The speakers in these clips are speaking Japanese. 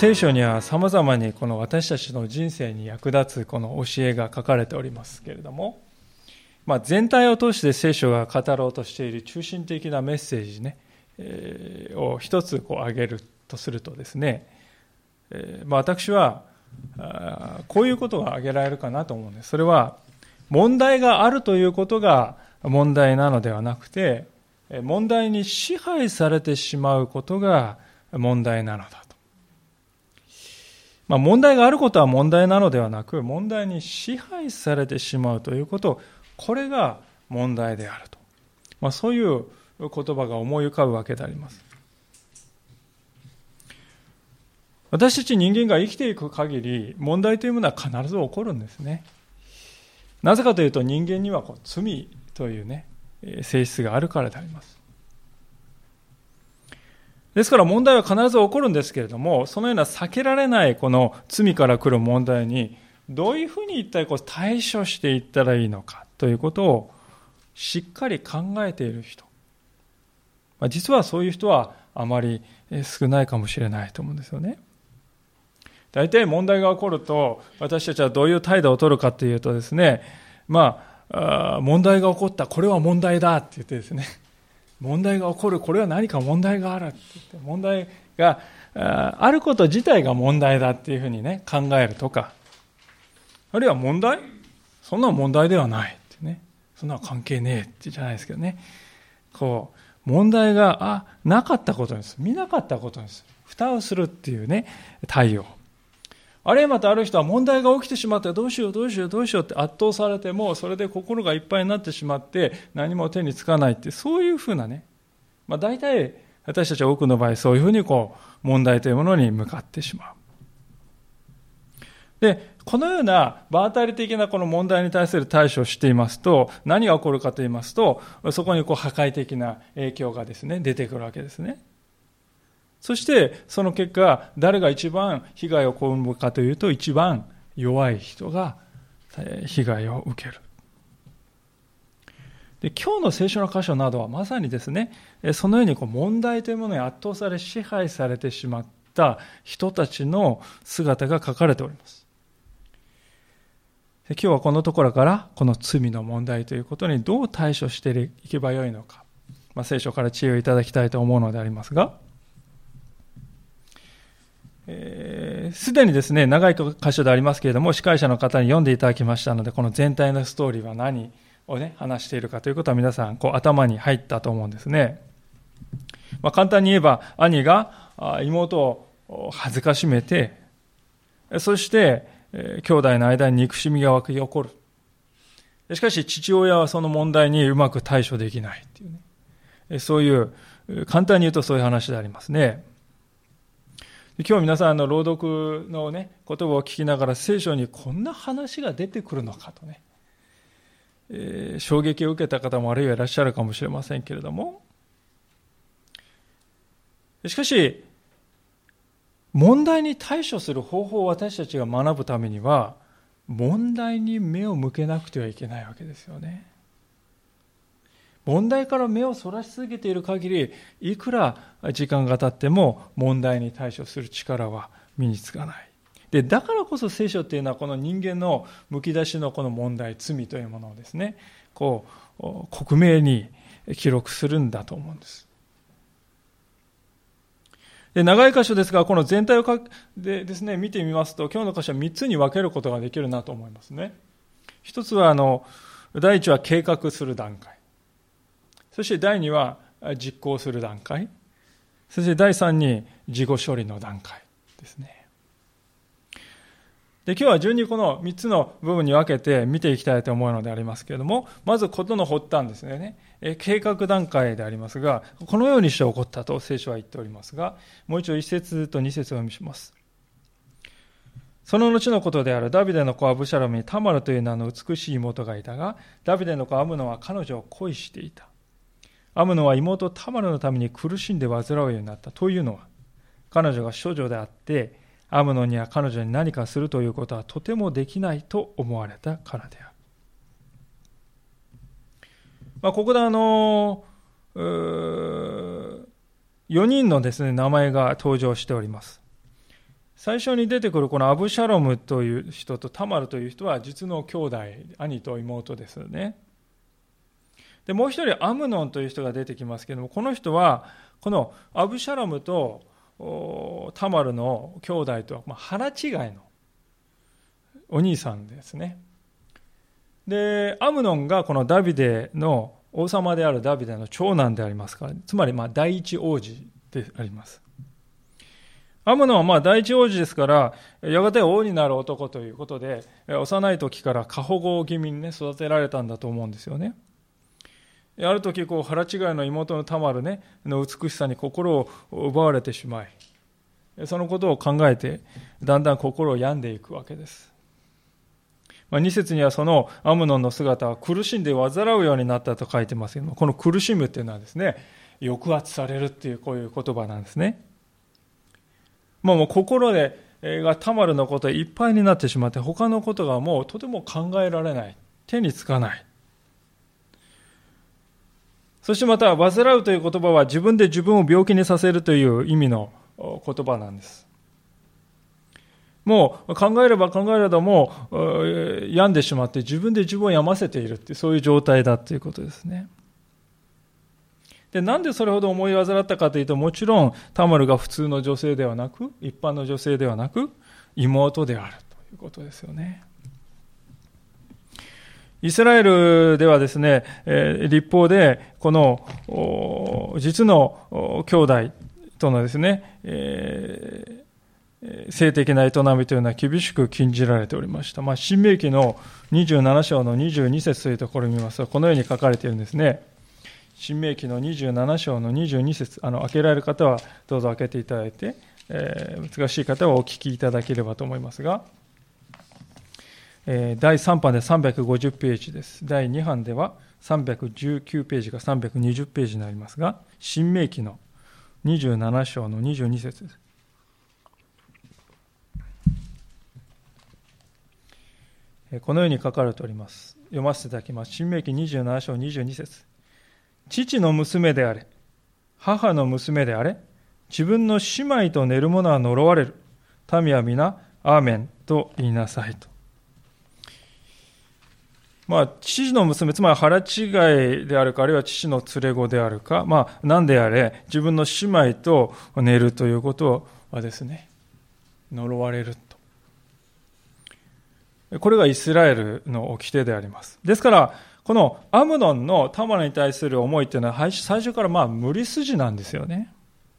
聖書には様々にこの私たちの人生に役立つこの教えが書かれておりますけれども、全体を通して聖書が語ろうとしている中心的なメッセージね、を一つ挙げるとするとですね、私はこういうことが挙げられるかなと思うんです。それは問題があるということが問題なのではなくて、問題に支配されてしまうことが問題なのだと。問題があることは問題なのではなく、問題に支配されてしまうということ、これが問題であると。そういう言葉が思い浮かぶわけであります。私たち人間が生きていく限り、問題というものは必ず起こるんですね。なぜかというと、人間には罪というね、性質があるからであります。ですから問題は必ず起こるんですけれども、そのような避けられないこの罪から来る問題にどういうふうに一体対処していったらいいのかということをしっかり考えている人、実はそういう人はあまり少ないかもしれないと思うんですよね。大体問題が起こると私たちはどういう態度を取るかというとですね、問題が起こった、これは問題だって言ってですね、問題が起こる、これは何か問題があるって言って、問題があること自体が問題だっていうふうにね、考えるとか、あるいは問題？そんな問題ではないってね、そんな関係ねえってじゃないですけどね、問題がなかったことにする、見なかったことにする、蓋をするっていうね、対応。あるいはまたある人は問題が起きてしまってどうしようって圧倒されてもそれで心がいっぱいになってしまって何も手につかないってそういうふうなね、大体私たちは多くの場合そういうふうに問題というものに向かってしまう。で、このような場当たり的なこの問題に対する対処をしていますと何が起こるかと言いますと、そこに破壊的な影響がですね出てくるわけですね。そしてその結果、誰が一番被害を被るかというと、一番弱い人が被害を受ける。で、今日の聖書の箇所などはまさにですね、そのように問題というものに圧倒され支配されてしまった人たちの姿が書かれております。で、今日はこのところからこの罪の問題ということにどう対処していけばよいのか、聖書から知恵をいただきたいと思うのでありますが、すでにですね、長い箇所でありますけれども、司会者の方に読んでいただきましたので、この全体のストーリーは何をね、話しているかということは皆さん、頭に入ったと思うんですね。簡単に言えば、兄が妹を恥ずかしめて、そして、兄弟の間に憎しみが湧き起こる。しかし、父親はその問題にうまく対処できないっていうね。そういう、簡単に言うとそういう話でありますね。今日皆さん朗読のね、言葉を聞きながら聖書にこんな話が出てくるのかとね、衝撃を受けた方もあるいはいらっしゃるかもしれませんけれども、しかし問題に対処する方法を私たちが学ぶためには問題に目を向けなくてはいけないわけですよね。問題から目をそらし続けている限り、いくら時間が経っても問題に対処する力は身につかない。で、だからこそ聖書っていうのはこの人間のむき出しのこの問題、罪というものをですね、克明に記録するんだと思うんです。で、長い箇所ですが、この全体をでですね、見てみますと、今日の箇所は3つに分けることができるなと思いますね。一つは第一は計画する段階。そして第2は実行する段階。そして第3に事後処理の段階ですね。で、今日は順にこの3つの部分に分けて見ていきたいと思うのでありますけれども、まず事の発端ですね。計画段階でありますが、このようにして起こったと聖書は言っておりますが、もう一度1節と2節を読みします。その後のことである。ダビデの子アブシャロムにタマルという名の美しい妹がいたが、ダビデの子アムノは彼女を恋していた。アムノは妹タマルのために苦しんで患うようになった。というのは、彼女が処女であって、アムノには彼女に何かするということはとてもできないと思われたからである。ここで4人のですね、名前が登場しております。 最初に出てくるこのアブシャロムという人とタマルという人は実の兄弟、兄と妹ですね。で、もう一人アムノンという人が出てきますけれども、この人はこのアブシャロムとタマルの兄弟とは腹違いのお兄さんですね。で、アムノンがこのダビデの王様であるダビデの長男でありますから、つまり第一王子であります。アムノンは第一王子ですから、やがて王になる男ということで、幼い時から過保護気味に育てられたんだと思うんですよね。ある時腹違いの妹のタマルの美しさに心を奪われてしまい、そのことを考えてだんだん心を病んでいくわけです。2節にはそのアムノンの姿は苦しんで煩うようになったと書いてますけども、この苦しむっていうのはですね、抑圧されるっていうこういう言葉なんですね。もう心がタマルのことでいっぱいになってしまって、他のことがもうとても考えられない、手につかない。そしてまた煩うという言葉は自分で自分を病気にさせるという意味の言葉なんです。もう考えれば考えればもう病んでしまって自分で自分を病ませているっていう、そういう状態だということですね。で、なんでそれほど思い煩ったかというと、もちろんタマルが普通の女性ではなく、一般の女性ではなく妹であるということですよね。イスラエルではですね、律法でこの実の兄弟とのですね、性的な営みというのは厳しく禁じられておりました。申命記の27章の22節というところを見ますと、このように書かれているんですね。申命記の27章の22節、開けられる方はどうぞ開けていただいて、難しい方はお聞きいただければと思いますが、第3版で350ページです。第2版では319ページか320ページになりますが、申命記の27章の22節です。このように書かれております。読ませていただきます。申命記27章22節。父の娘であれ、母の娘であれ、自分の姉妹と寝る者は呪われる。民は皆アーメンと言いなさいと。父の娘、つまり腹違いであるか、あるいは父の連れ子であるか、何であれ、自分の姉妹と寝るということはですね、呪われると。これがイスラエルの掟であります。ですから、このアムノンのタマルに対する思いというのは、最初から無理筋なんですよね。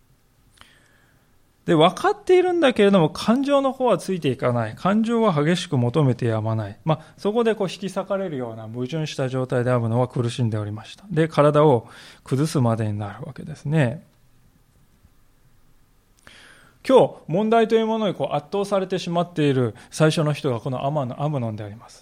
で、分かっているんだけれども、感情の方はついていかない。感情は激しく求めてやまない。そこで引き裂かれるような矛盾した状態でアムノンは苦しんでおりました。で、体を崩すまでになるわけですね。今日、問題というものに圧倒されてしまっている最初の人がこのアムノンであります。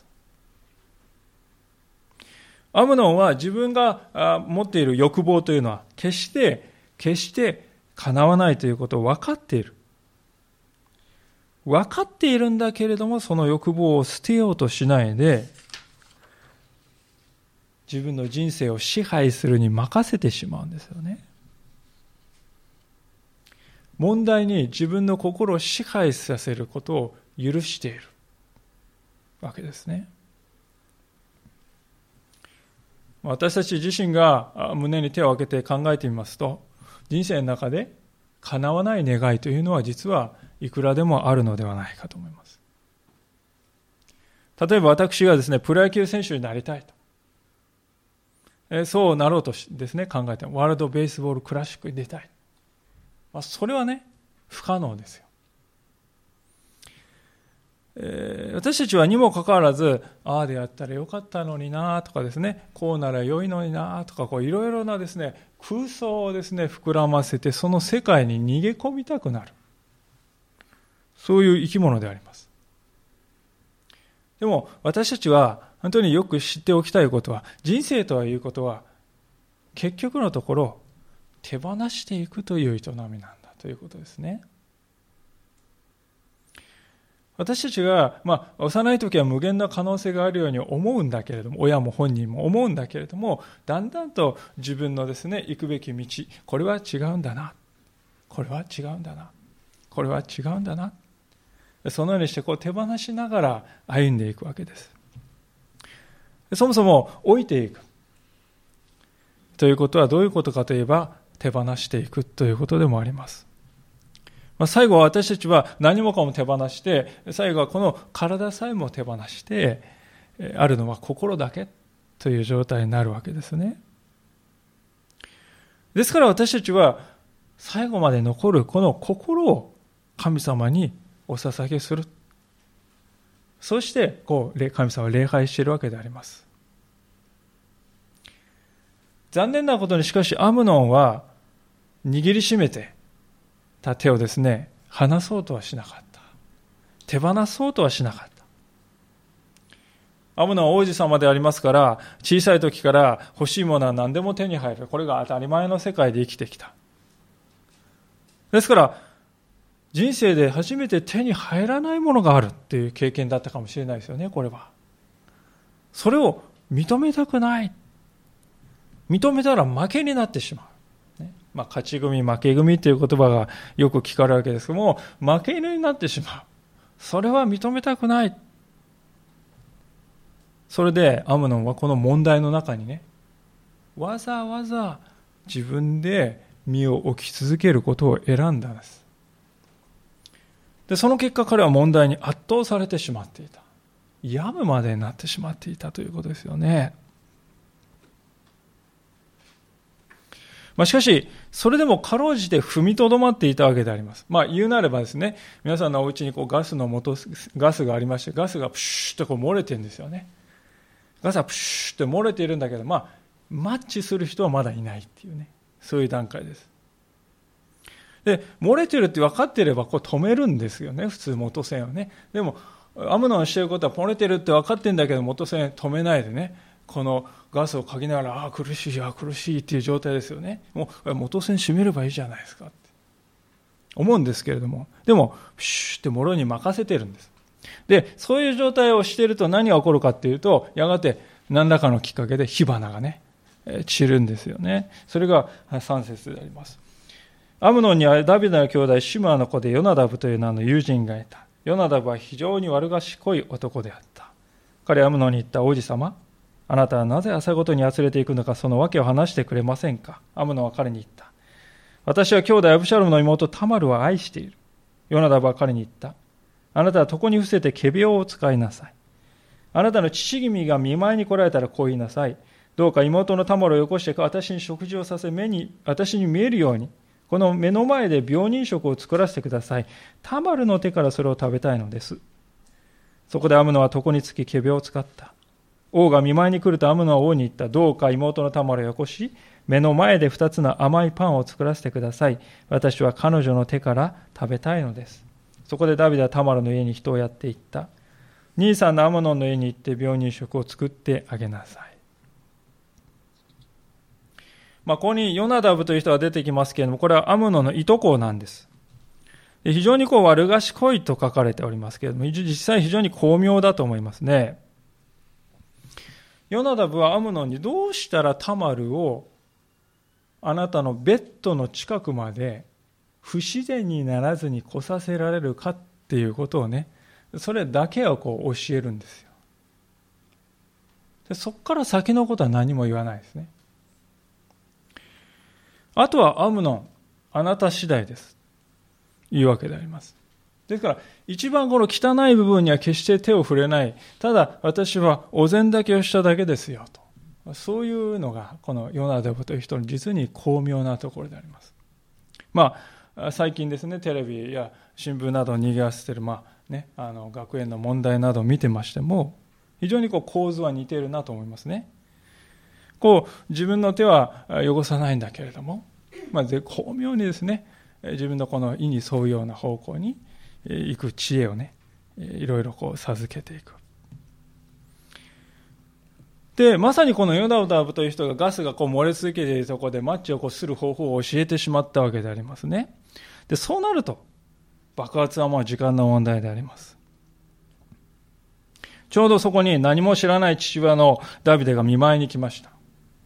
アムノンは自分が持っている欲望というのは決して叶わないということを分かっている。分かっているんだけれども、その欲望を捨てようとしないで、自分の人生を支配するに任せてしまうんですよね。問題に自分の心を支配させることを許しているわけですね。私たち自身が胸に手を当てて考えてみますと、人生の中で叶わない願いというのは実はいくらでもあるのではないかと思います。例えば私がですね、プロ野球選手になりたいと。そうなろうとですね、考えてワールドベースボールクラシックに出たい。それはね、不可能ですよ。私たちはにもかかわらず、ああでやったらよかったのになとかですね、こうなら良いのになとか、いろいろなですね、空想をですね、膨らませて、その世界に逃げ込みたくなる。そういう生き物であります。でも、私たちは本当によく知っておきたいことは、人生ということは、結局のところ、手放していくという営みなんだということですね。私たちが、幼い時は無限な可能性があるように思うんだけれども、親も本人も思うんだけれども、だんだんと自分のですね、行くべき道、これは違うんだな、これは違うんだな、これは違うんだな、 そのようにして手放しながら歩んでいくわけです。そもそも置いていくということはどういうことかといえば、手放していくということでもあります。最後は私たちは何もかも手放して、最後はこの体さえも手放して、あるのは心だけという状態になるわけですね。ですから私たちは最後まで残るこの心を神様にお捧げする。そして神様を礼拝しているわけであります。残念なことにしかしアムノンは握りしめてた手をですね、離そうとはしなかった。手放そうとはしなかった。アムノンは王子様でありますから、小さい時から欲しいものは何でも手に入る。これが当たり前の世界で生きてきた。ですから、人生で初めて手に入らないものがあるっていう経験だったかもしれないですよね、これは。それを認めたくない。認めたら負けになってしまう。勝ち組、負け組という言葉がよく聞かれるわけですけども、負け犬になってしまう。それは認めたくない。それでアムノンはこの問題の中にね、わざわざ自分で身を置き続けることを選んだんです。で、その結果彼は問題に圧倒されてしまっていた。病むまでになってしまっていたということですよね。しかし、それでもかろうじて踏みとどまっていたわけであります。言うなればですね、皆さんのお家にガスがありまして、ガスがプシュッと漏れてるんですよね。ガスがプシュッと漏れているんだけど、マッチする人はまだいないっていうね、そういう段階です。で、漏れてるって分かっていれば止めるんですよね、普通元栓をね。でも、アムノンのしていることは漏れてるって分かってるんだけど、元栓止めないでね、このガスをかきながら、苦しいっていう状態ですよね。もう元栓閉めればいいじゃないですかって思うんですけれども、でもプシュってもろに任せてるんです。で、そういう状態をしていると何が起こるかっていうと、やがて何らかのきっかけで火花がね散るんですよね。それが3節であります。アムノンにはダビデの兄弟シムアの子でヨナダブという名の友人がいた。ヨナダブは非常に悪賢い男であった。彼はアムノンに言った。王子様、あなたはなぜ朝ごとにやつれていくのか、その訳を話してくれませんか。アムノンは彼に言った。私は兄弟アブシャロムの妹タマルを愛している。ヨナダブは彼に言った。あなたは床に伏せて仮病を使いなさい。あなたの父君が見舞いに来られたらこう言いなさい。どうか妹のタマルをよこして私に食事をさせ、私に見えるように、この目の前で病人食を作らせてください。タマルの手からそれを食べたいのです。そこでアムノは床につき仮病を使った。王が見舞いに来るとアムノは王に言った。どうか妹のタマルをよこし、目の前で2つの甘いパンを作らせてください。私は彼女の手から食べたいのです。そこでダビデはタマルの家に人をやっていった。兄さんのアムノンの家に行って病人食を作ってあげなさい。ここにヨナダブという人が出てきますけれども、これはアムノンのいとこなんです。非常に悪賢いと書かれておりますけれども、実際非常に巧妙だと思いますね。ヨナダブはアムノンにどうしたらタマルをあなたのベッドの近くまで不自然にならずに来させられるかっていうことをね、それだけを教えるんですよ。でそこから先のことは何も言わないですね。あとはアムノン、あなた次第です。いうわけであります。ですから、一番この汚い部分には決して手を触れない。ただ、私はお膳立てをしただけですよと。そういうのが、このヨナダブという人の実に巧妙なところであります。最近ですね、テレビや新聞などを賑わせている、学園の問題などを見てましても、非常に構図は似ているなと思いますね。自分の手は汚さないんだけれども、巧妙にですね、自分のこの意に沿うような方向に行く知恵をね、いろいろ授けていく。で、まさにこのヨナダブという人がガスが漏れ続けているところでマッチをする方法を教えてしまったわけでありますね。で、そうなると爆発はもう時間の問題であります。ちょうどそこに何も知らない父親のダビデが見舞いに来ました。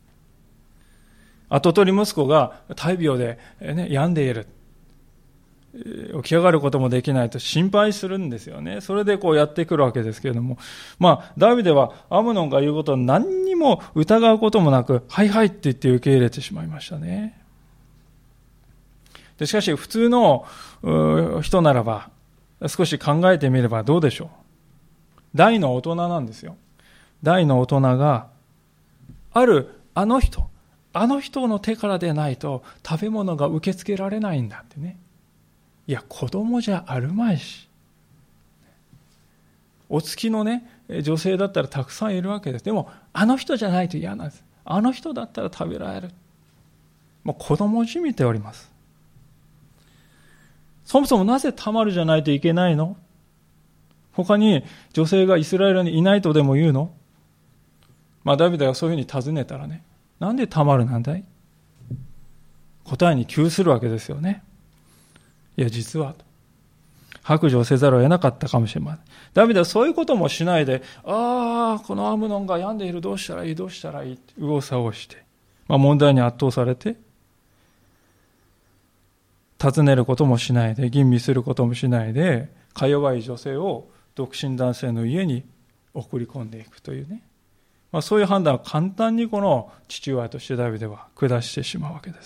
跡取り息子が大病で、病んでいる。 起き上がることもできないと心配するんですよね。それでやってくるわけですけれども、ダビデはアムノンが言うことを何にも疑うこともなく、はいはいって言って受け入れてしまいましたね。でしかし普通の人ならば、少し考えてみればどうでしょう。大の大人なんですよ。大の大人が、あの人の手からでないと食べ物が受け付けられないんだってね。いや、子供じゃあるまいし。お付きのね、女性だったらたくさんいるわけです。でも、あの人じゃないと嫌なんです。あの人だったら食べられる。もう子供じみております。そもそもなぜタマルじゃないといけないの？他に女性がイスラエルにいないとでも言うの？ダビデがそういうふうに尋ねたらね、なんでタマルなんだい？答えに窮するわけですよね。いや、実は白状せざるを得なかったかもしれません。ダビデはそういうこともしないで、このアムノンが病んでいる、どうしたらいいって右往左往して、問題に圧倒されて、尋ねることもしないで、吟味することもしないで、か弱い女性を独身男性の家に送り込んでいくというね、そういう判断を簡単にこの父親としてダビデは下してしまうわけです。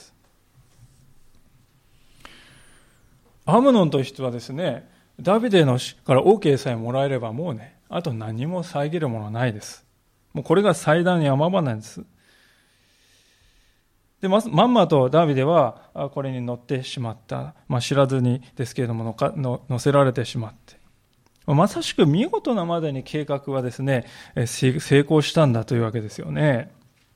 アムノンという人はですね、ダビデのから OK さえもらえればもうね、あと何も遮るものはないです。もうこれが最大の山場なんです。で、まんまとダビデはこれに乗ってしまった。知らずにですけれども乗せられてしまって。まさしく見事なまでに計画はですね、成功したんだというわけですよね。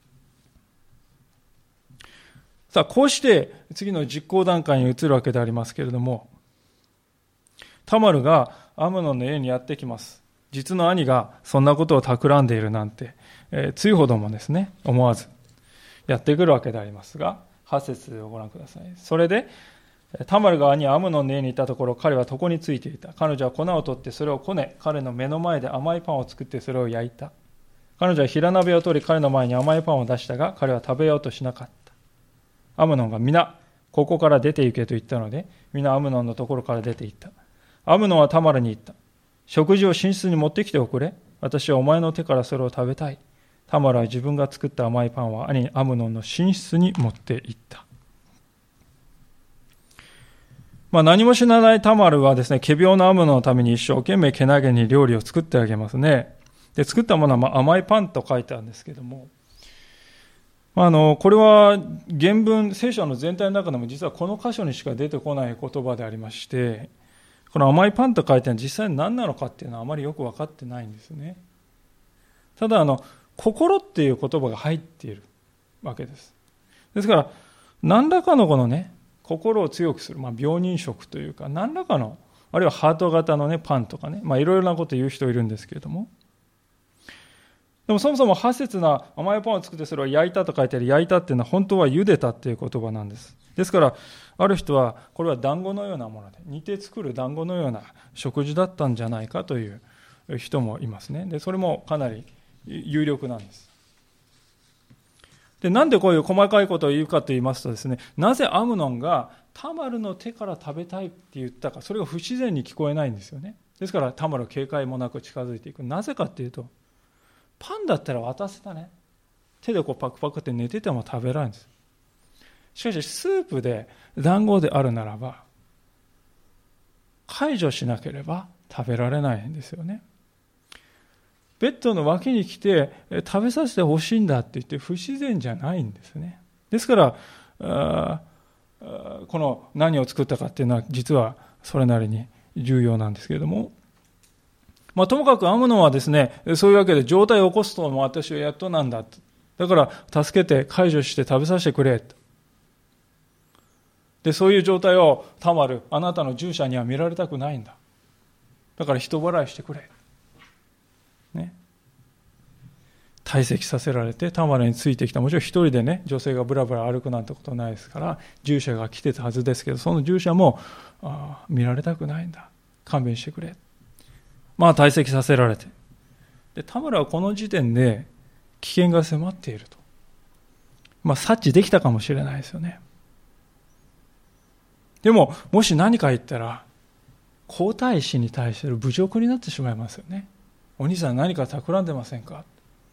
さあ、こうして次の実行段階に移るわけでありますけれども、タマルがアムノンの家にやってきます。実の兄がそんなことを企んでいるなんて、ついほどもですね、思わずやってくるわけでありますが、8節をご覧ください。それで、タマルが兄アムノンの家にいたところ、彼は床についていた。彼女は粉を取ってそれをこね、彼の目の前で甘いパンを作ってそれを焼いた。彼女は平鍋を取り、彼の前に甘いパンを出したが、彼は食べようとしなかった。アムノンが皆、ここから出て行けと言ったので、皆アムノンのところから出て行った。アムノンはタマルに言った。食事を寝室に持ってきておくれ。私はお前の手からそれを食べたい。タマルは自分が作った甘いパンは兄アムノンの寝室に持って行った。何も知らないタマルはですね、仮病のアムノンのために一生懸命けなげに料理を作ってあげますね。で、作ったものは甘いパンと書いてあるんですけども、これは原文、聖書の全体の中でも実はこの箇所にしか出てこない言葉でありまして、この甘いパンと書いてあるのは実際に何なのかっていうのはあまりよく分かってないんですね。ただ心っていう言葉が入っているわけです。ですから何らかのこのね、心を強くする、病人食というか、何らかの、あるいはハート型のね、パンとかね、いろいろなこと言う人いるんですけれども、でもそもそも8節な甘いパンを作ってそれを焼いたと書いてある、焼いたっていうのは本当は茹でたっていう言葉なんです。ですからある人はこれは団子のようなもので、煮て作る団子のような食事だったんじゃないかという人もいますね。でそれもかなり有力なんです。でなんでこういう細かいことを言うかと言いますとですね、なぜアムノンがタマルの手から食べたいって言ったか、それが不自然に聞こえないんですよね。ですからタマルは警戒もなく近づいていく。なぜかっていうと、パンだったら渡せたね。手でパクパクって寝てても食べられるんです。しかしスープで団子であるならば、解除しなければ食べられないんですよね。ベッドの脇に来て食べさせてほしいんだって言って不自然じゃないんですね。ですからこの何を作ったかっていうのは実はそれなりに重要なんですけれども、ともかくアムノンはですね、そういうわけで状態を起こすとも私はやっとなんだと。だから助けて解除して食べさせてくれと。で、そういう状態をタマル、あなたの従者には見られたくないんだ。だから人払いしてくれ。ね。退席させられてタマルについてきた。もちろん一人でね、女性がブラブラ歩くなんてことないですから、従者が来てたはずですけど、その従者も見られたくないんだ。勘弁してくれ。退席させられて。で、タマルはこの時点で危険が迫っていると。察知できたかもしれないですよね。 でも、もし何か言ったら、皇太子に対する侮辱になってしまいますよね。お兄さん何か企んでませんか？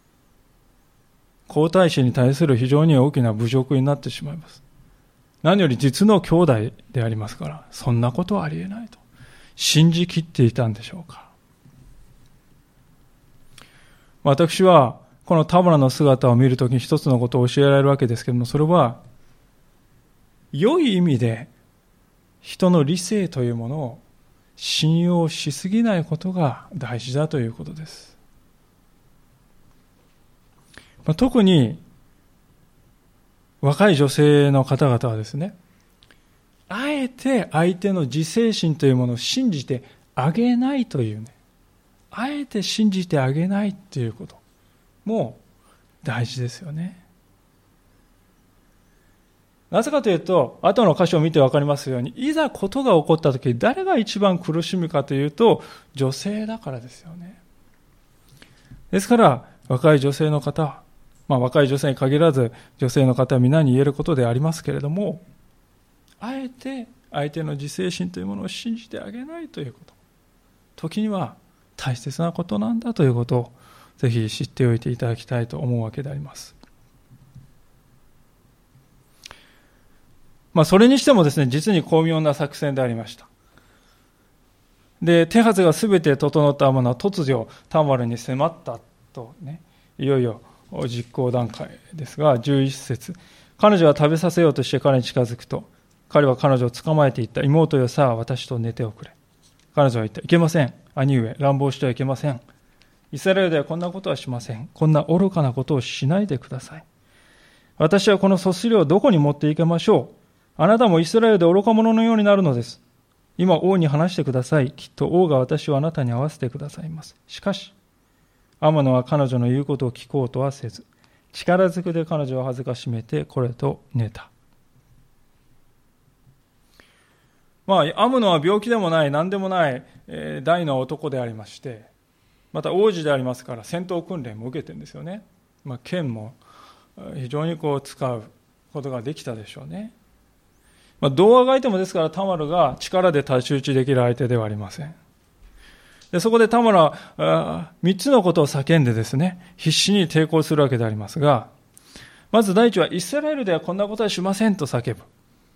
皇太子に対する非常に大きな侮辱になってしまいます。何より実の兄弟でありますから、そんなことはありえないと信じきっていたんでしょうか。私はこのタマラの姿を見るときに一つのことを教えられるわけですけれども、それは良い意味で人の理性というものを信用しすぎないことが大事だということです。特に若い女性の方々はですね、あえて相手の自制心というものを信じてあげないというね、あえて信じてあげないということも大事ですよね。なぜかというと、後の箇所を見て分かりますように、いざことが起こったとき、誰が一番苦しむかというと、女性だからですよね。ですから、若い女性の方は、若い女性に限らず、女性の方は皆に言えることでありますけれども、あえて相手の自制心というものを信じてあげないということ、時には大切なことなんだということを、ぜひ知っておいていただきたいと思うわけであります。それにしてもですね、実に巧妙な作戦でありました。で、手はずがすべて整ったものは突如タマルに迫ったとね、いよいよ実行段階ですが、11節、彼女は食べさせようとして彼に近づくと、彼は彼女を捕まえていった。妹よ、さあ私と寝ておくれ。彼女は言った。いけません。兄上、乱暴してはいけません。イスラエルではこんなことはしません。こんな愚かなことをしないでください。私はこのそすりをどこに持っていきましょう。あなたもイスラエルで愚か者のようになるのです。今王に話してください。きっと王が私をあなたに会わせてくださいます。しかし、アマノは彼女の言うことを聞こうとはせず、力ずくで彼女を恥ずかしめてこれと寝た。アムノは病気でもない、何でもない、大の男でありまして、また王子でありますから戦闘訓練も受けてるんですよね。剣も非常に使うことができたでしょうね。どうあがいてもですからタマルが力で太刀打ちできる相手ではありません。でそこでタマルは3つのことを叫んでですね、必死に抵抗するわけでありますが、まず第一はイスラエルではこんなことはしませんと叫ぶ。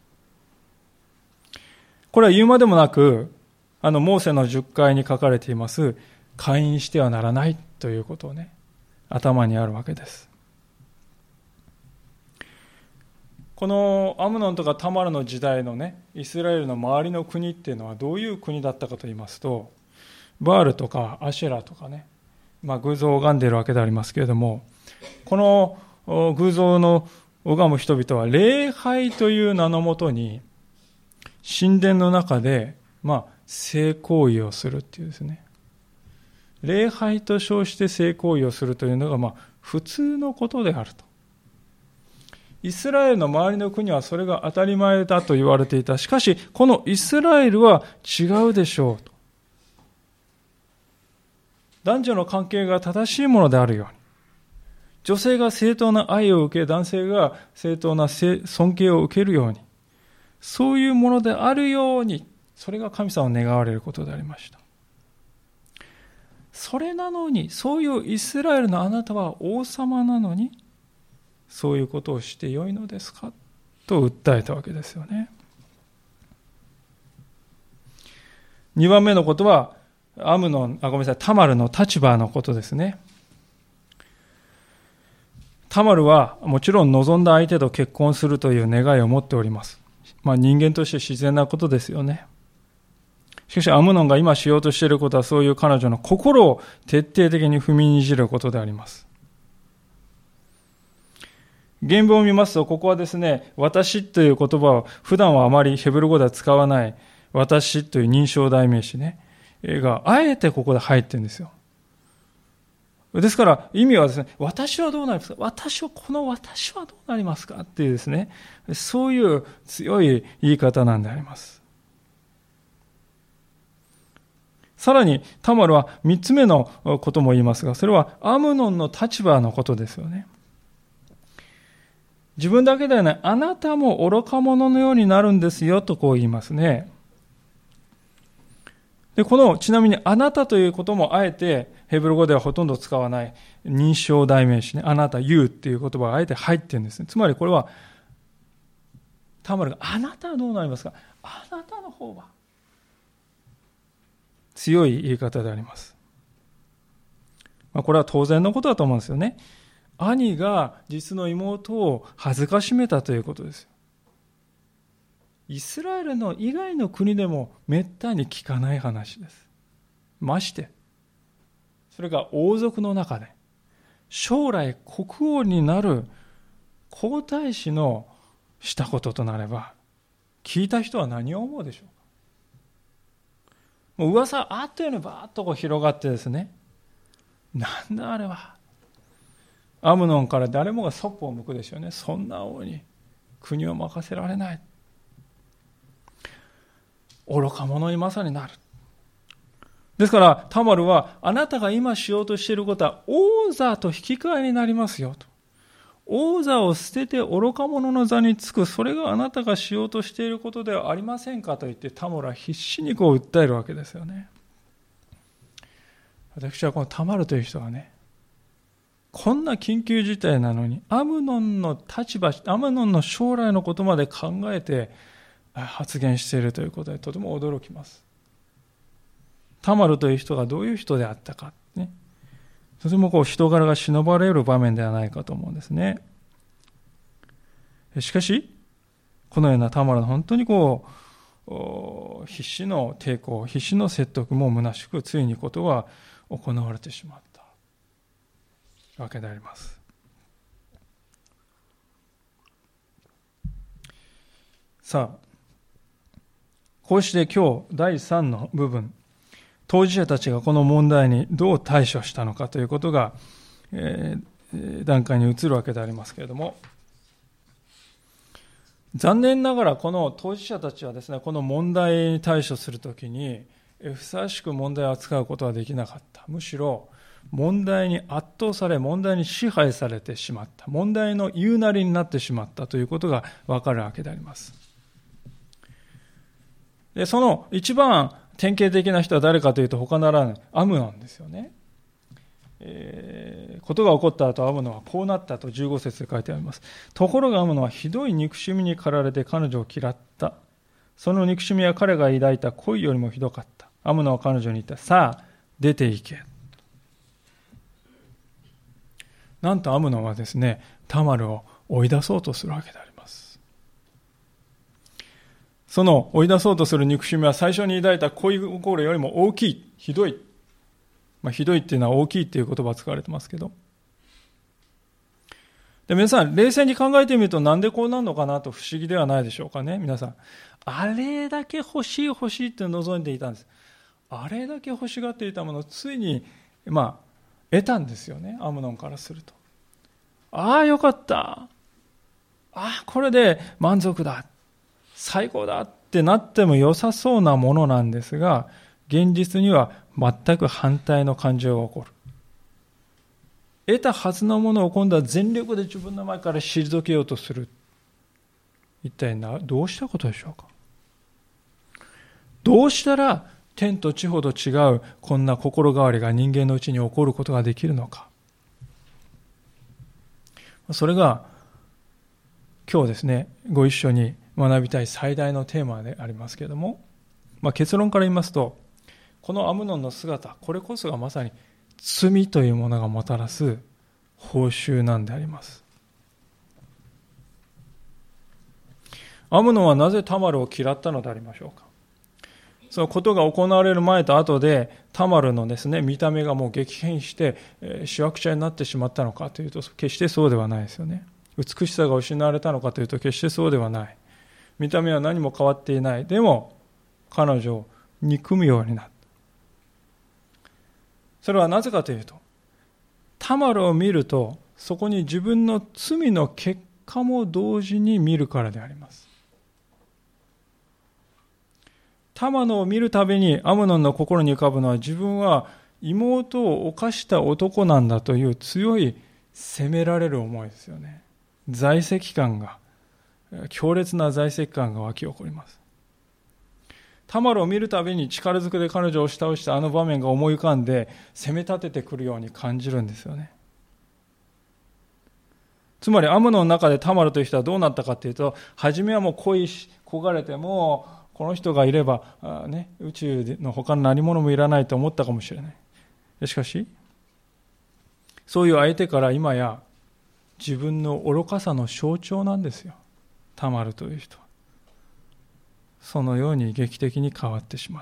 これは言うまでもなく、モーセの10回に書かれています姦淫してはならないということをね、頭にあるわけです。このアムノンとかタマルの時代のね、イスラエルの周りの国っていうのはどういう国だったかと言いますと、バールとかアシェラとかね、偶像を拝んでいるわけでありますけれども、この偶像の拝む人々は礼拝という名のもとに神殿の中で性行為をするっていうですね、礼拝と称して性行為をするというのが普通のことであると。イスラエルの周りの国はそれが当たり前だと言われていた。しかしこのイスラエルは違うでしょうと。男女の関係が正しいものであるように、女性が正当な愛を受け、男性が正当な尊敬を受けるように、そういうものであるように、それが神様を願われることでありました。それなのに、そういうイスラエルのあなたは王様なのに、そういうことをしてよいのですかと訴えたわけですよね。2番目のことは、タマルの立場のことですね。タマルはもちろん望んだ相手と結婚するという願いを持っております。人間として自然なことですよね。しかしアムノンが今しようとしていることは、そういう彼女の心を徹底的に踏みにじることであります。原文を見ますと、ここはですね、私という言葉を普段はあまりヘブル語では使わない私という認証代名詞ね、があえてここで入ってるんですよ。ですから意味はですね、私はどうなりますか、この私はどうなりますかっていうですね、そういう強い言い方なんであります。さらにタマルは3つ目のことも言いますが、それはアムノンの立場のことですよね。 自分だけではない、あなたも愚か者のようになるんですよとこう言いますね。で、ちなみにあなたということもあえてヘブル語ではほとんど使わない認証代名詞ね、あなた、you っていう言葉があえて入ってるんですね。つまりこれは、タマルがあなたはどうなりますか？あなたの方は強い言い方であります。これは当然のことだと思うんですよね。兄が実の妹を恥ずかしめたということですよ。イスラエルの以外の国でもめったに聞かない話です。まして、それが王族の中で、将来国王になる皇太子のしたこととなれば、聞いた人は何を思うでしょうか。もう噂あっという間にバーッと広がってですね、なんだあれは。アムノンから誰もがそっぽを向くでしょうね。そんな王に国を任せられない。愚か者にまさになる。ですからタマルは、あなたが今しようとしていることは王座と引き換えになりますよと。王座を捨てて愚か者の座につく、それがあなたがしようとしていることではありませんかと言って、タマルは必死に訴えるわけですよね。私はこのタマルという人がね、こんな緊急事態なのにアムノンの立場、アムノンの将来のことまで考えて発言しているということで、とても驚きます。タマルという人がどういう人であったかね、とても人柄が忍ばれる場面ではないかと思うんですね。しかしこのようなタマルの本当に必死の抵抗、必死の説得も虚しく、ついにことが行われてしまったわけであります。さあ、こうして今日第3の部分、当事者たちがこの問題にどう対処したのかということが、段階に移るわけでありますけれども、残念ながらこの当事者たちはですね、この問題に対処するときにふさわしく問題を扱うことはできなかった。むしろ問題に圧倒され、問題に支配されてしまった、問題の言うなりになってしまったということがわかるわけであります。で、その一番典型的な人は誰かというと、他ならぬアムノンですよね。ことが起こった後、アムノンはこうなったと15節で書いてあります。ところがアムノンはひどい憎しみに駆られて彼女を嫌った。その憎しみは彼が抱いた恋よりもひどかった。アムノンは彼女に言った。さあ出て行け。なんとアムノンはですね、タマルを追い出そうとするわけであります。その追い出そうとする憎しみは最初に抱いた恋心よりも大きい、ひどい。ひどいっていうのは大きいっていう言葉が使われてますけど。で、皆さん、冷静に考えてみるとなんでこうなるのかなと不思議ではないでしょうかね。皆さん、あれだけ欲しいって望んでいたんです。あれだけ欲しがっていたものをついに、得たんですよね。アムノンからすると。ああ、よかった。ああ、これで満足だ。最高だってなっても良さそうなものなんですが、現実には全く反対の感情が起こる。得たはずのものを今度は全力で自分の前から退けようとする。一体どうしたことでしょうか。どうしたら天と地ほど違うこんな心変わりが人間のうちに起こることができるのか。それが今日ですね、ご一緒に学びたい最大のテーマでありますけれども、結論から言いますと、このアムノンの姿、これこそがまさに罪というものがもたらす報酬なんであります。アムノンはなぜタマルを嫌ったのでありましょうか。そのことが行われる前と後でタマルのですね、見た目がもう激変してしわくちゃになってしまったのかというと、決してそうではないですよね。美しさが失われたのかというと、決してそうではない。見た目は何も変わっていない。でも彼女を憎むようになった。それはなぜかというと、タマルを見るとそこに自分の罪の結果も同時に見るからであります。タマルを見るたびにアムノンの心に浮かぶのは、自分は妹を犯した男なんだという強い責められる思いですよね。 在籍感が、強烈な在籍感が湧き起こります。タマルを見るたびに力ずくで彼女を押し倒したあの場面が思い浮かんで、攻め立ててくるように感じるんですよね。つまりアムノンの中でタマルという人はどうなったかというと、初めはもう恋し焦がれて、もうこの人がいれば宇宙の他の何者もいらないと思ったかもしれない。しかしそういう相手から今や自分の愚かさの象徴なんですよ、タマルという人は。そのように劇的に変わってしまった。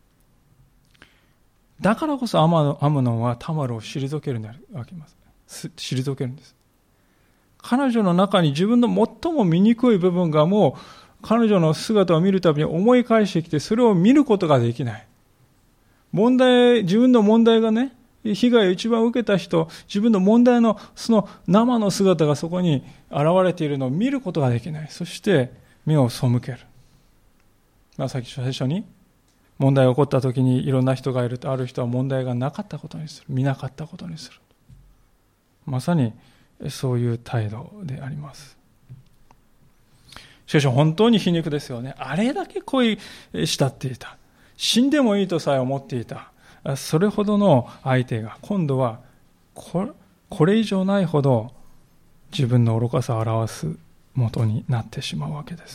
だからこそアムノンはタマルを退けるんです。彼女の中に自分の最も醜い部分がもう彼女の姿を見るたびに思い返してきて、それを見ることができない。自分の問題がね、被害を一番受けた人、自分の問題のその生の姿がそこに現れているのを見ることができない。そして目を背ける。最初に問題が起こった時にいろんな人がいると、ある人は問題がなかったことにする、見なかったことにする。まさにそういう態度であります。しかし本当に皮肉ですよね。あれだけ恋慕っていた、死んでもいいとさえ思っていた、それほどの相手が今度はこれ以上ないほど自分の愚かさを表す元になってしまうわけです。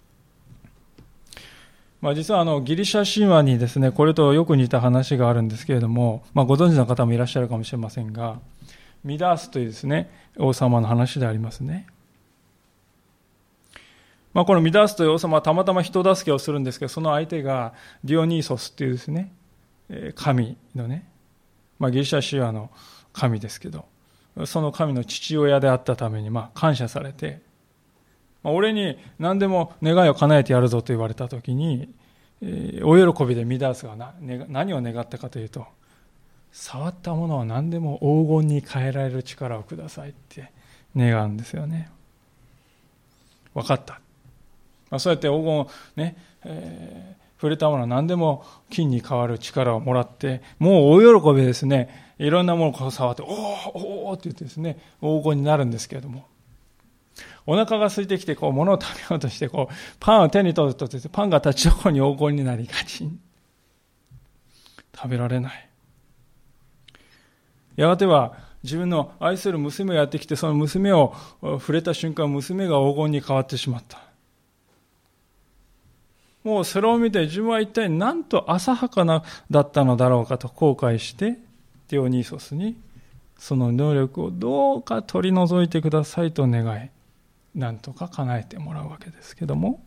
実はギリシャ神話にですね、これとよく似た話があるんですけれども、ご存知の方もいらっしゃるかもしれませんが、ミダースというですね、王様の話でありますね。このミダースという王様はたまたま人助けをするんですけど、その相手がディオニーソスというですね、神のね、ギリシャ神話の神ですけど、その神の父親であったために感謝されて、俺に何でも願いを叶えてやるぞと言われたときに、お喜びでミダースが何を願ったかというと、触ったものは何でも黄金に変えられる力をくださいって願うんですよね。分かった。そうやって黄金ね、触れたものは何でも金に変わる力をもらって、もう大喜びですね、いろんなものを触って、おーって言ってですね、黄金になるんですけれども、お腹が空いてきて物を食べようとしてパンを手に取るとですね、パンが立ちどころに黄金になりがち。食べられない。やがては自分の愛する娘がやってきて、その娘を触れた瞬間、娘が黄金に変わってしまった。もうそれを見て自分は一体何と浅はかなだったのだろうかと後悔して、ディオニーソスにその能力をどうか取り除いてくださいと願い、なんとか叶えてもらうわけですけども、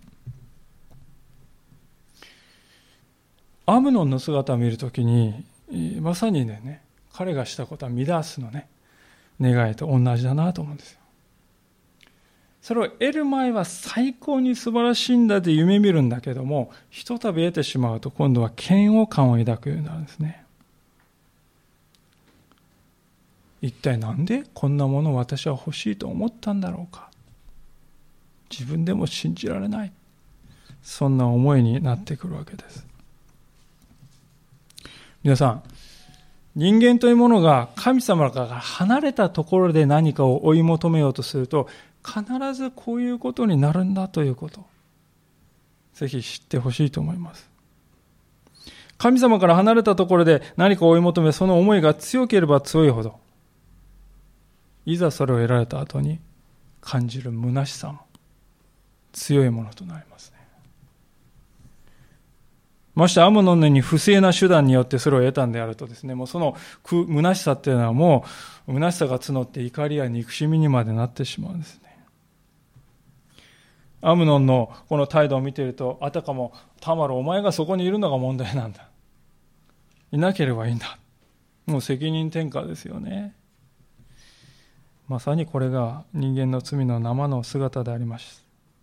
アムノンの姿を見るときにまさにね、彼がしたことはミダースのね、願いと同じだなと思うんですよ。それを得る前は最高に素晴らしいんだって夢見るんだけども、ひとたび得てしまうと今度は嫌悪感を抱くようになるんですね。一体なんでこんなものを私は欲しいと思ったんだろうか。自分でも信じられない。そんな思いになってくるわけです。皆さん、人間というものが神様から離れたところで何かを追い求めようとすると、必ずこういうことになるんだということ、ぜひ知ってほしいと思います。神様から離れたところで何かを追い求め、その思いが強ければ強いほど、いざそれを得られた後に感じる虚しさも強いものとなりますね。ましてアムノンに不正な手段によってそれを得たんであるとですね、もうその虚しさっていうのはもう虚しさが募って怒りや憎しみにまでなってしまうんですね。アムノンのこの態度を見ていると、あたかもタマルお前がそこにいるのが問題なんだ、いなければいいんだ、もう責任転嫁ですよね。まさにこれが人間の罪の生の姿であります。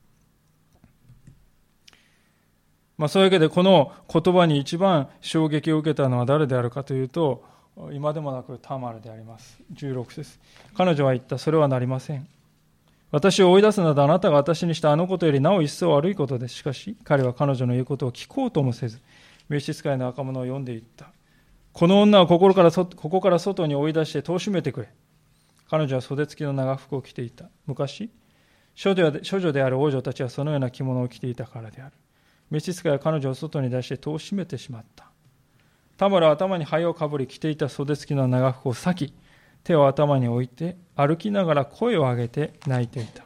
そういうわけでこの言葉に一番衝撃を受けたのは誰であるかというと、今でもなくタマルであります。16節。彼女は言った。それはなりません。私を追い出すなどあなたが私にしたあのことよりなお一層悪いことです。しかし彼は彼女の言うことを聞こうともせず、召使いの若者を呼んでいった。この女をここから外に追い出して戸を閉めてくれ。 彼女は袖付きの長服を着ていた。昔、処女である王女たちはそのような着物を着ていたからである。召使いは彼女を外に出して戸を閉めてしまった。タマルは頭に灰をかぶり着ていた袖付きの長服を裂き、手を頭に置いて歩きながら声を上げて泣いていた。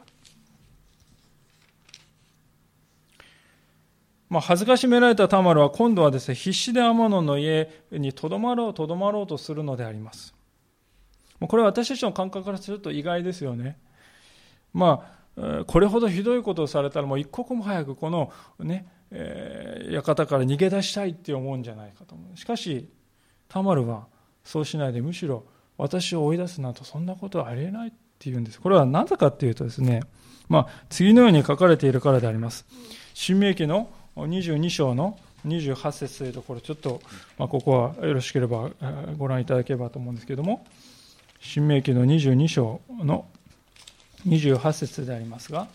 恥ずかしめられたタマルは今度はですね、必死でアマノンの家にとどまろうとするのであります。これは私たちの感覚からすると意外ですよね。これほどひどいことをされたらもう一刻も早くこのね、館から逃げ出したいって思うんじゃないかと思う。しかしタマルはそうしないで、むしろ私を追い出すなんとそんなことはありえないっていうんです。これはなぜかっていうとですね、次のように書かれているからであります。申命記の22章の28節というところ、ちょっと、ここはよろしければご覧いただければと思うんですけれども、申命記の22章の28節でありますが、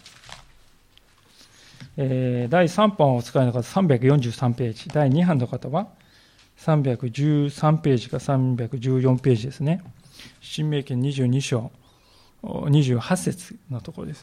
第3版をお使いの方343ページ、第2版の方は313ページか314ページですね。申命記22章28節のところです。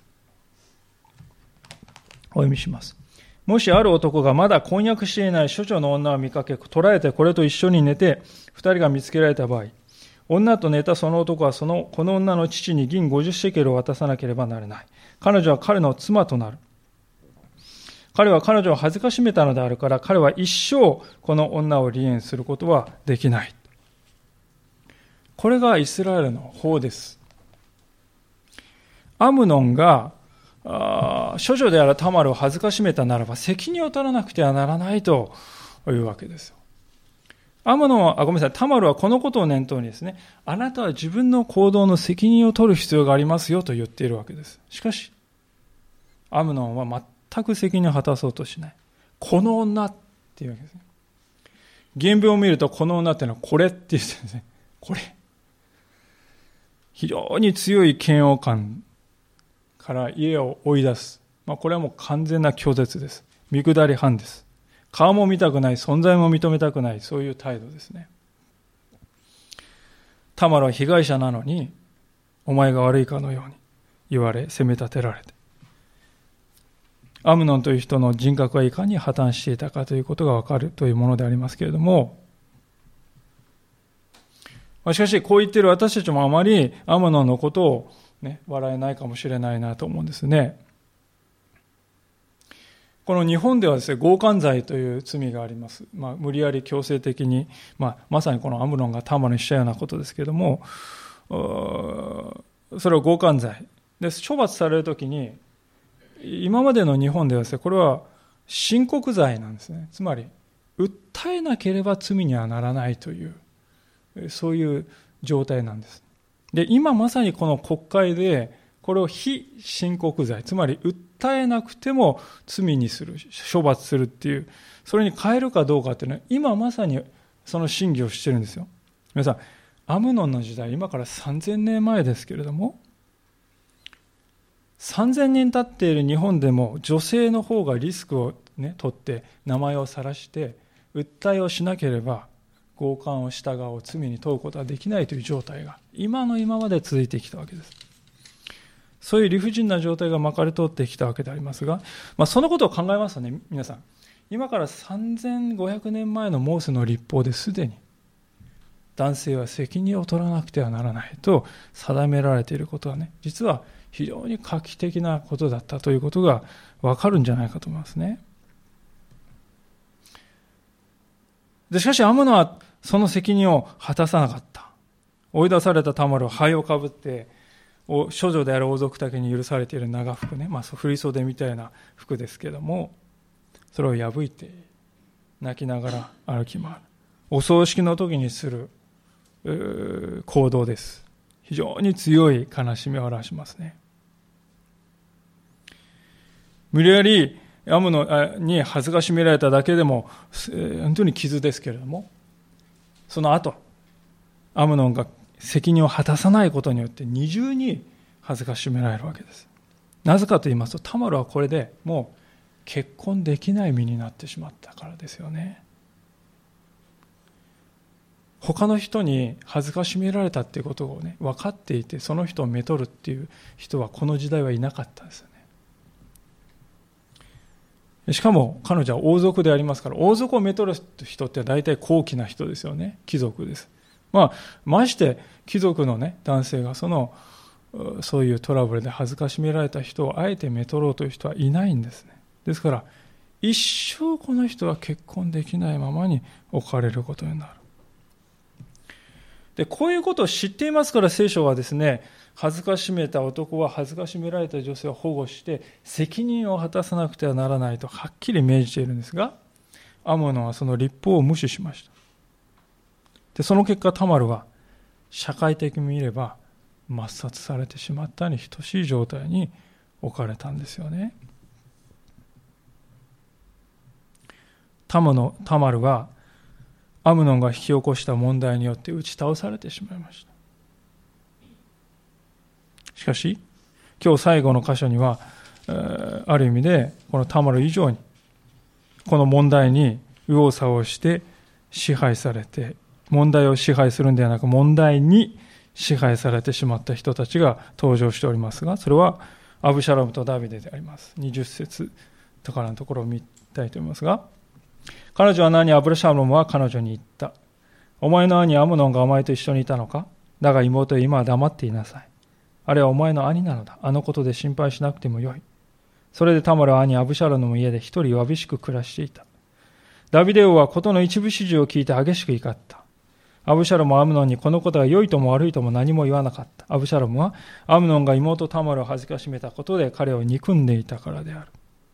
お読みします。もしある男がまだ婚約していない処女の女を見かけ、捕らえてこれと一緒に寝て、二人が見つけられた場合、女と寝たその男はこの女の父に銀50シェケルを渡さなければならない。彼女は彼の妻となる。彼は彼女を恥ずかしめたのであるから、彼は一生この女を離縁することはできない。これがイスラエルの法です。アムノンが処女であるタマルを恥ずかしめたならば責任を取らなくてはならないというわけですよ。タマルはこのことを念頭にですね、あなたは自分の行動の責任を取る必要がありますよと言っているわけです。しかしアムノンは全く責任を果たそうとしない。この女っていうわけですね。原文を見るとこの女っていうのはこれって言ってるんですね。これ。非常に強い嫌悪感から家を追い出す。これはもう完全な拒絶です。見下り犯です。顔も見たくない、存在も認めたくない、そういう態度ですね。タマルは被害者なのに、お前が悪いかのように言われ、責め立てられて。アムノンという人の人格がいかに破綻していたかということがわかるというものでありますけれども、しかしこう言っている私たちもあまりアムノンのことを笑えないかもしれないなと思うんですね。この日本ではですね、強姦罪という罪があります。無理やり強制的に、まさにこのアムノンがタマルにしたようなことですけれども、それを強姦罪で処罰されるときに、今までの日本ではですね、これは申告罪なんですね。つまり訴えなければ罪にはならないという、そういう状態なんです。で、今まさにこの国会でこれを非申告罪、つまり訴えなくても罪にする、処罰するっていう、それに変えるかどうかっていうのは今まさにその審議をしてるんですよ。皆さん、アムノンの時代、今から3000年前ですけれども、3000年経っている日本でも女性の方がリスクを取って名前を晒して訴えをしなければ強姦をした側を罪に問うことはできないという状態が今の今まで続いてきたわけです。そういう理不尽な状態がまかり通ってきたわけでありますが、そのことを考えますとね、皆さん、今から3500年前のモーセの律法ですでに男性は責任を取らなくてはならないと定められていることはね、実は非常に画期的なことだったということがわかるんじゃないかと思いますね。でしかしアムノはその責任を果たさなかった。追い出されたタマルは灰をかぶって処女である王族だけに許されている長服ね、振袖みたいな服ですけども、それを破いて泣きながら歩き回る。お葬式の時にする行動です。非常に強い悲しみを表しますね。無理やりアムノに恥ずかしめられただけでも本当に傷ですけれども、その後アムノンが責任を果たさないことによって二重に恥ずかしめられるわけです。なぜかと言いますと、タマルはこれでもう結婚できない身になってしまったからですよね。 他の人に恥ずかしめられたっていうことをね、分かっていて、その人をめとるっていう人はこの時代はいなかったんですよね。しかも彼女は王族でありますから、王族をめとる人って大体高貴な人ですよね。貴族です。まして貴族のね、男性がそういうトラブルで恥ずかしめられた人をあえてめとろうという人はいないんですね。ですから一生この人は結婚できないままに置かれることになる。で、こういうことを知っていますから聖書はですね、恥ずかしめた男は恥ずかしめられた女性を保護して責任を果たさなくてはならないとはっきり命じているんですが、アムノンはその律法を無視しました。で、その結果タマルは社会的に見れば抹殺されてしまったに等しい状態に置かれたんですよね。タマルはアムノンが引き起こした問題によって打ち倒されてしまいました。しかし今日最後の箇所にはある意味でこのタマル以上にこの問題に右往左往して支配されて、問題を支配するんではなく問題に支配されてしまった人たちが登場しておりますが、それはアブシャロムとダビデであります。20節とかのところを見たいと思いますが、彼女は兄アブシャロムは彼女に言った。お前の兄アムノンがお前と一緒にいたのか？だが妹よ、今は黙っていなさい。あれはお前の兄なのだ。あのことで心配しなくてもよい。それでタマルは兄アブシャロムの家で一人わびしく暮らしていた。ダビデ王は事の一部始終を聞いて激しく怒った。アブシャロムはアムノンにこのことが良いとも悪いとも何も言わなかった。アブシャロムはアムノンが妹タマルを恥ずかしめたことで彼を憎んでいたからである。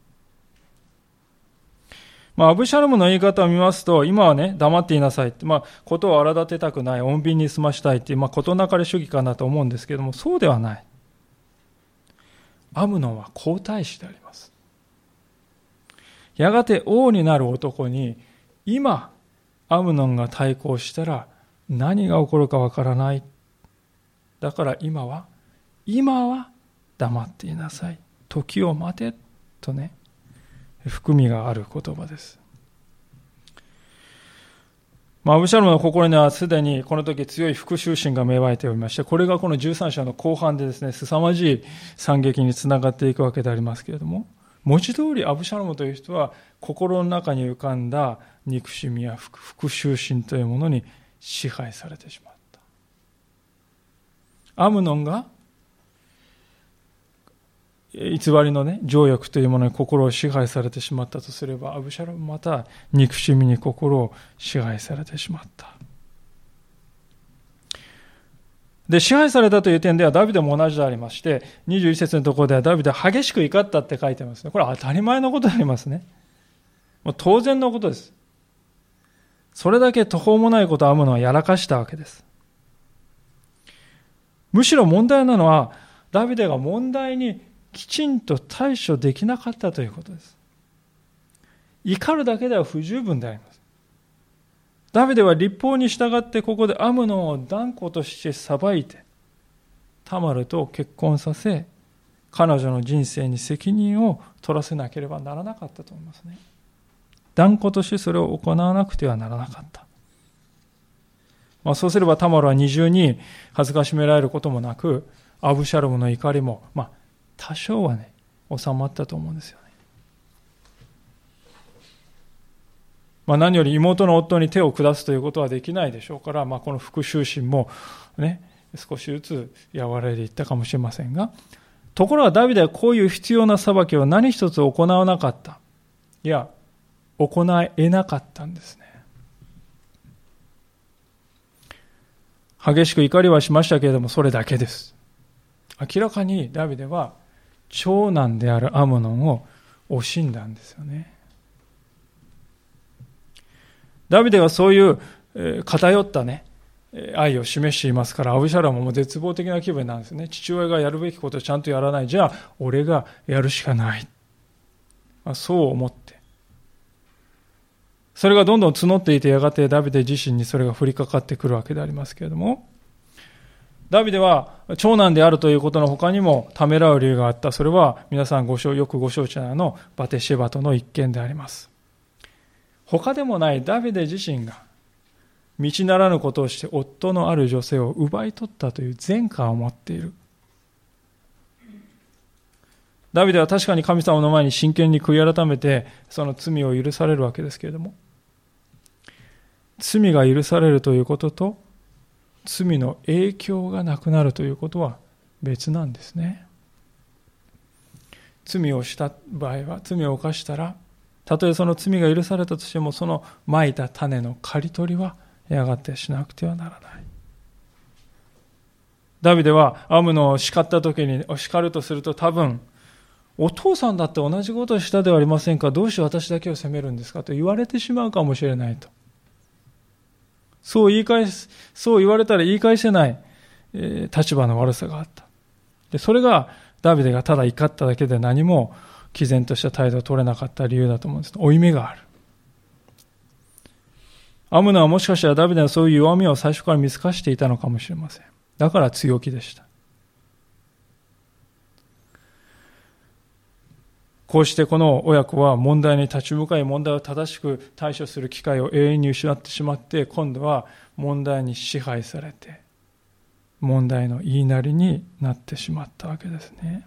アブシャロムの言い方を見ますと、今はね、黙っていなさいって、ことを荒立てたくない、穏便に済ましたいっていう、事なかれ主義かなと思うんですけれども、そうではない。アムノンは皇太子であります。やがて王になる男に、今、アムノンが対抗したら何が起こるかわからない。だから今は黙っていなさい。時を待てとね、含みがある言葉です。アブシャロムの心にはすでにこの時強い復讐心が芽生えておりまして、これがこの13章の後半でですね、凄まじい惨劇につながっていくわけでありますけれども、文字通りアブシャロムという人は心の中に浮かんだ憎しみや復讐心というものに支配されてしまった。アムノンが偽りのね、情欲というものに心を支配されてしまったとすれば、アブシャロムまた憎しみに心を支配されてしまった。で、支配されたという点ではダビデも同じでありまして、21節のところではダビデは激しく怒ったって書いてますね。これは当たり前のことでありますね。もう当然のことです。それだけ途方もないことをアムノンはやらかしたわけです。むしろ問題なのは、ダビデが問題にきちんと対処できなかったということです。怒るだけでは不十分であります。ダビデは律法に従ってここでアムノンを断固として裁いて、タマルと結婚させ、彼女の人生に責任を取らせなければならなかったと思いますね。断固としてそれを行わなくてはならなかった。そうすればタマルは二重に恥ずかしめられることもなく、アブシャロムの怒りも多少はね、収まったと思うんですよね。何より妹の夫に手を下すということはできないでしょうから、この復讐心もね、少しずつ和らいでいったかもしれませんが、ところがダビデはこういう必要な裁きを何一つ行わなかった。いや、行えなかったんですね。激しく怒りはしましたけれども、それだけです。明らかにダビデは長男であるアムノンを惜しんだんですよね。ダビデはそういう偏ったね、愛を示していますから、アブシャロムも絶望的な気分なんですね。父親がやるべきことをちゃんとやらない。じゃあ、俺がやるしかない。そう思って。それがどんどん募っていて、やがてダビデ自身にそれが降りかかってくるわけでありますけれども、ダビデは長男であるということの他にもためらう理由があった。それは皆さんよくご承知なのバテシェバとの一件であります。他でもないダビデ自身が道ならぬことをして夫のある女性を奪い取ったという前科を持っている。ダビデは確かに神様の前に真剣に悔い改めてその罪を許されるわけですけれども、罪が許されるということと罪の影響がなくなるということは別なんですね。罪をした場合は、罪を犯したら、たとえその罪が許されたとしても、その蒔いた種の刈り取りはやがてしなくてはならない。ダビデはアムノを叱った時に、叱るとすると多分、お父さんだって同じことをしたではありませんか、どうして私だけを責めるんですかと言われてしまうかもしれないと。そう言われたら言い返せない、立場の悪さがあった。で、それがダビデがただ怒っただけで何も毅然とした態度を取れなかった理由だと思うんです。負い目がある。アムノはもしかしたらダビデのそういう弱みを最初から見透かしていたのかもしれません。だから強気でした。こうしてこの親子は問題に立ち向かい、問題を正しく対処する機会を永遠に失ってしまって、今度は問題に支配されて、問題の言いなりになってしまったわけですね。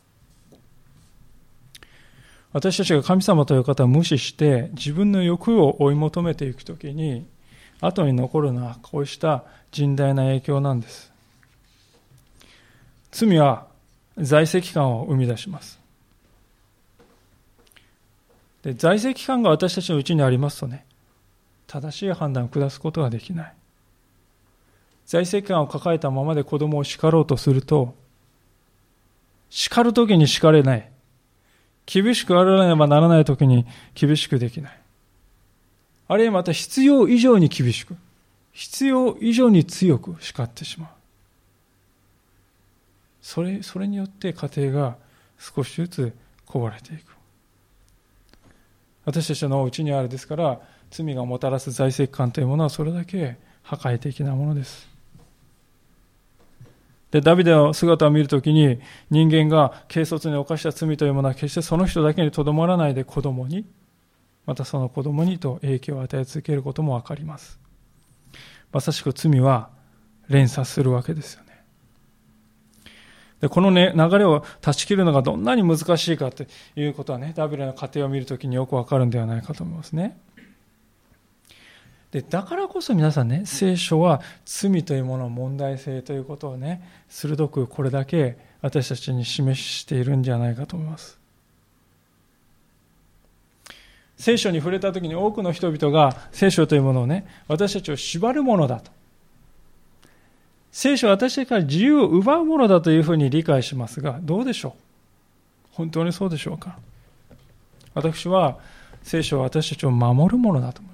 私たちが神様という方を無視して自分の欲を追い求めていくときに、後に残るのはこうした甚大な影響なんです。罪は在籍感を生み出します。で、在籍感が私たちのうちにありますとね、正しい判断を下すことができない。在籍感を抱えたままで子供を叱ろうとすると、叱るときに叱れない。厳しくあらねばならないときに厳しくできない。あるいはまた必要以上に厳しく、必要以上に強く叱ってしまう。それによって家庭が少しずつこぼれていく。私たちのうちにあるですから、罪がもたらす在籍感というものはそれだけ破壊的なものです。で、ダビデの姿を見るときに、人間が軽率に犯した罪というものは決してその人だけにとどまらないで子供に、またその子供にと影響を与え続けることもわかります。まさしく罪は連鎖するわけですよね。で、このね、流れを断ち切るのがどんなに難しいかということはね、ダビデの家庭を見るときによくわかるんではないかと思いますね。で、だからこそ皆さんね、聖書は罪というものの問題性ということをね、鋭くこれだけ私たちに示しているんじゃないかと思います。聖書に触れたときに多くの人々が聖書というものをね、私たちを縛るものだと。聖書は私たちから自由を奪うものだというふうに理解しますが、どうでしょう？本当にそうでしょうか？私は聖書は私たちを守るものだと思います。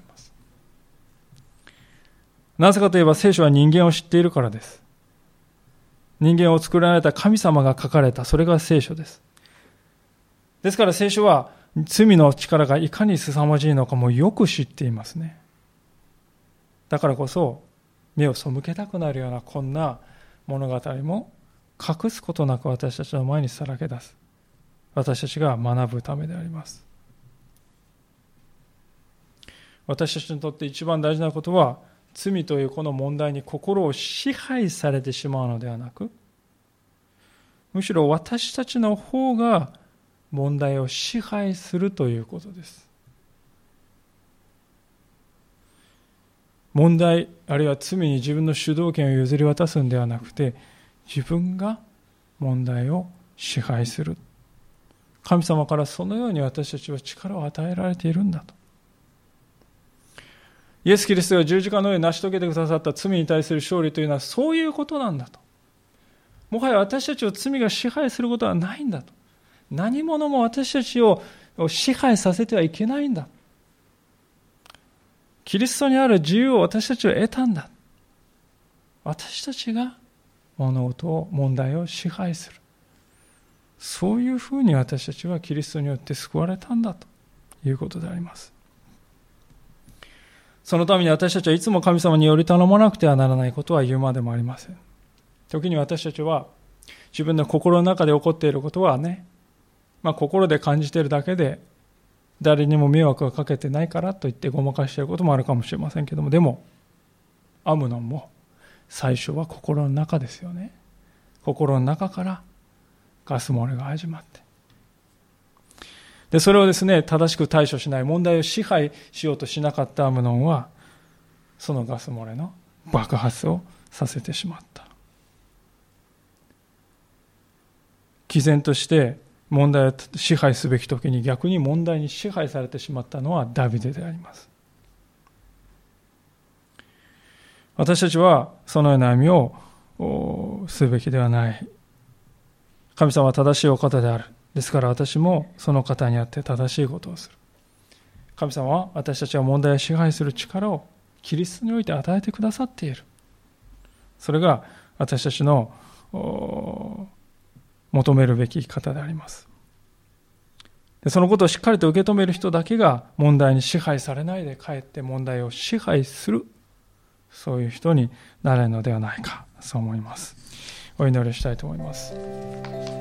なぜかといえば聖書は人間を知っているからです。人間を作られた神様が書かれた、それが聖書です。ですから聖書は罪の力がいかに凄まじいのかもよく知っていますね。だからこそ目を背けたくなるようなこんな物語も隠すことなく私たちの前にさらけ出す。私たちが学ぶためであります。私たちにとって一番大事なことは、罪というこの問題に心を支配されてしまうのではなく、むしろ私たちの方が問題を支配するということです。問題あるいは罪に自分の主導権を譲り渡すんではなくて、自分が問題を支配する。神様からそのように私たちは力を与えられているんだと。イエス・キリストが十字架の上に成し遂げてくださった罪に対する勝利というのはそういうことなんだと。もはや私たちを罪が支配することはないんだと。何者も私たちを支配させてはいけないんだ。キリストにある自由を私たちは得たんだ。私たちが物事を、問題を支配する。そういうふうに私たちはキリストによって救われたんだということであります。そのために私たちはいつも神様により頼まなくてはならないことは言うまでもありません。時に私たちは自分の心の中で起こっていることはね、心で感じているだけで誰にも迷惑をかけてないからと言ってごまかしていることもあるかもしれませんけども、でもアムノンも最初は心の中ですよね。心の中からガス漏れが始まって、でそれをですね、正しく対処しない、問題を支配しようとしなかったアムノンは、そのガス漏れの爆発をさせてしまった。毅然として問題を支配すべき時に逆に問題に支配されてしまったのはダビデであります。私たちはそのような歩みをすべきではない。神様は正しいお方である。ですから私もその方にあって正しいことをする。神様は私たちが問題を支配する力をキリストにおいて与えてくださっている。それが私たちの求めるべき生き方であります。でそのことをしっかりと受け止める人だけが問題に支配されないでかえって問題を支配する、そういう人になれるのではないか、そう思います。お祈りしたいと思います。